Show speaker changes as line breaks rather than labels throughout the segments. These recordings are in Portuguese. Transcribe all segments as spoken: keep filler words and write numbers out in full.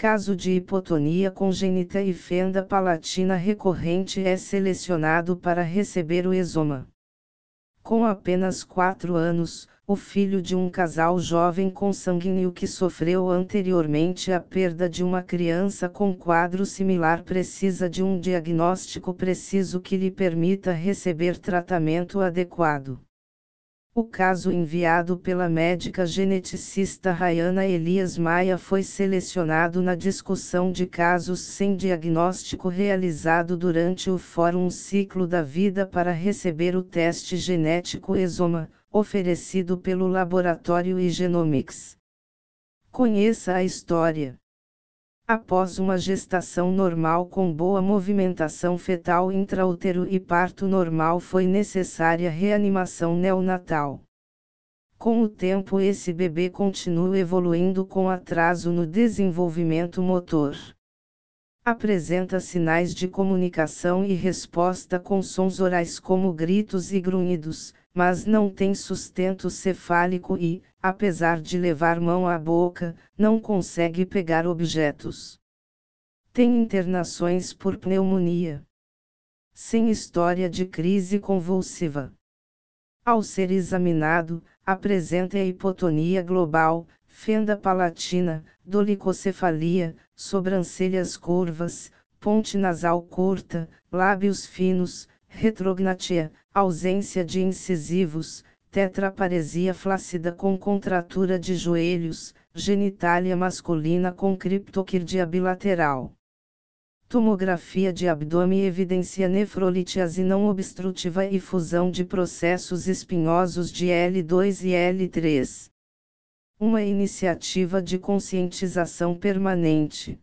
Caso de hipotonia congênita e fenda palatina recorrente é selecionado para receber o exoma. Com apenas quatro anos, o filho de um casal jovem consanguíneo que sofreu anteriormente a perda de uma criança com quadro similar precisa de um diagnóstico preciso que lhe permita receber tratamento adequado. O caso enviado pela médica geneticista Rayana Elias Maia foi selecionado na discussão de casos sem diagnóstico realizado durante o Fórum Ciclo da Vida para receber o teste genético Exoma, oferecido pelo laboratório iGenomics. Conheça a história. Após uma gestação normal com boa movimentação fetal intraútero e parto normal, foi necessária reanimação neonatal. Com o tempo, esse bebê continua evoluindo com atraso no desenvolvimento motor. Apresenta sinais de comunicação e resposta com sons orais como gritos e grunhidos, mas não tem sustento cefálico e, apesar de levar mão à boca, não consegue pegar objetos. Tem internações por pneumonia. Sem história de crise convulsiva. Ao ser examinado, apresenta hipotonia global, fenda palatina, dolicocefalia, sobrancelhas curvas, ponte nasal curta, lábios finos, retrognatia, ausência de incisivos, tetraparesia flácida com contratura de joelhos, genitália masculina com criptoquirdia bilateral. Tomografia de abdômen evidencia nefrolitiase não obstrutiva e fusão de processos espinhosos de L dois e L três. Uma iniciativa de conscientização permanente.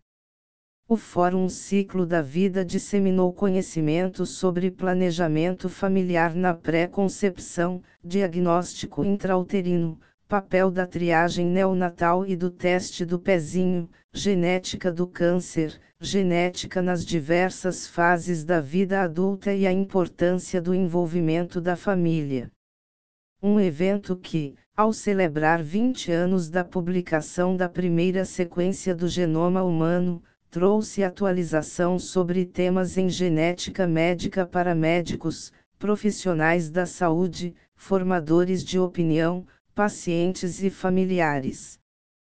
O Fórum Ciclo da Vida disseminou conhecimento sobre planejamento familiar na pré-concepção, diagnóstico intrauterino, papel da triagem neonatal e do teste do pezinho, genética do câncer, genética nas diversas fases da vida adulta e a importância do envolvimento da família. Um evento que, ao celebrar vinte anos da publicação da primeira sequência do genoma humano, trouxe atualização sobre temas em genética médica para médicos, profissionais da saúde, formadores de opinião, pacientes e familiares.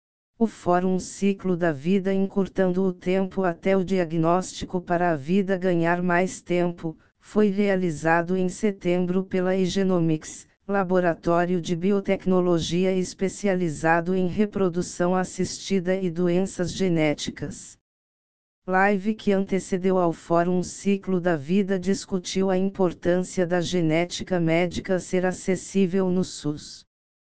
O Fórum Ciclo da Vida encurtando o tempo até o diagnóstico para a vida ganhar mais tempo, foi realizado em setembro pela iGenomics, laboratório de biotecnologia especializado em reprodução assistida e doenças genéticas. Live que antecedeu ao Fórum Ciclo da Vida discutiu a importância da genética médica ser acessível no SUS.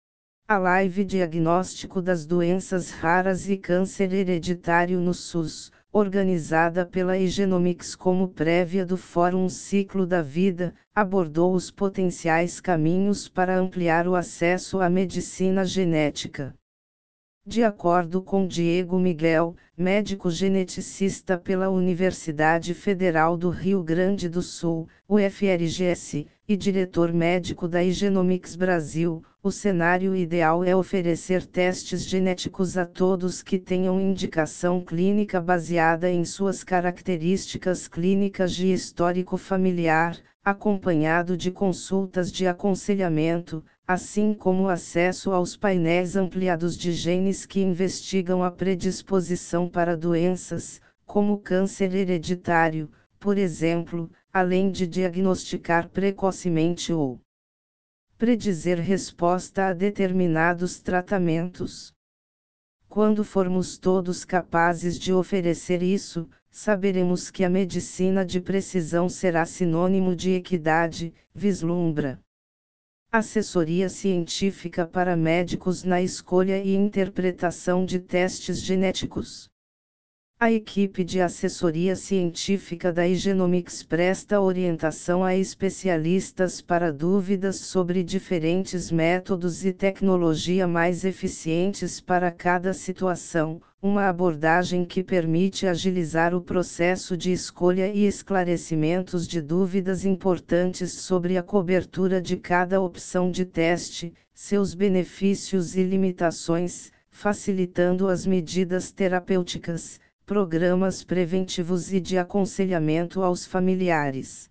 A live Diagnóstico das Doenças Raras e Câncer Hereditário no SUS, organizada pela iGenomics como prévia do Fórum Ciclo da Vida, abordou os potenciais caminhos para ampliar o acesso à medicina genética. De acordo com Diego Miguel, médico geneticista pela Universidade Federal do Rio Grande do Sul, U F R G S, e diretor médico da iGenomics Brasil, o cenário ideal é oferecer testes genéticos a todos que tenham indicação clínica baseada em suas características clínicas de histórico familiar, acompanhado de consultas de aconselhamento, assim como acesso aos painéis ampliados de genes que investigam a predisposição para doenças, como câncer hereditário, por exemplo, além de diagnosticar precocemente ou predizer resposta a determinados tratamentos. Quando formos todos capazes de oferecer isso, saberemos que a medicina de precisão será sinônimo de equidade, vislumbra. Assessoria científica para médicos na escolha e interpretação de testes genéticos. A equipe de assessoria científica da iGenomics presta orientação a especialistas para dúvidas sobre diferentes métodos e tecnologia mais eficientes para cada situação, uma abordagem que permite agilizar o processo de escolha e esclarecimentos de dúvidas importantes sobre a cobertura de cada opção de teste, seus benefícios e limitações, facilitando as medidas terapêuticas, programas preventivos e de aconselhamento aos familiares.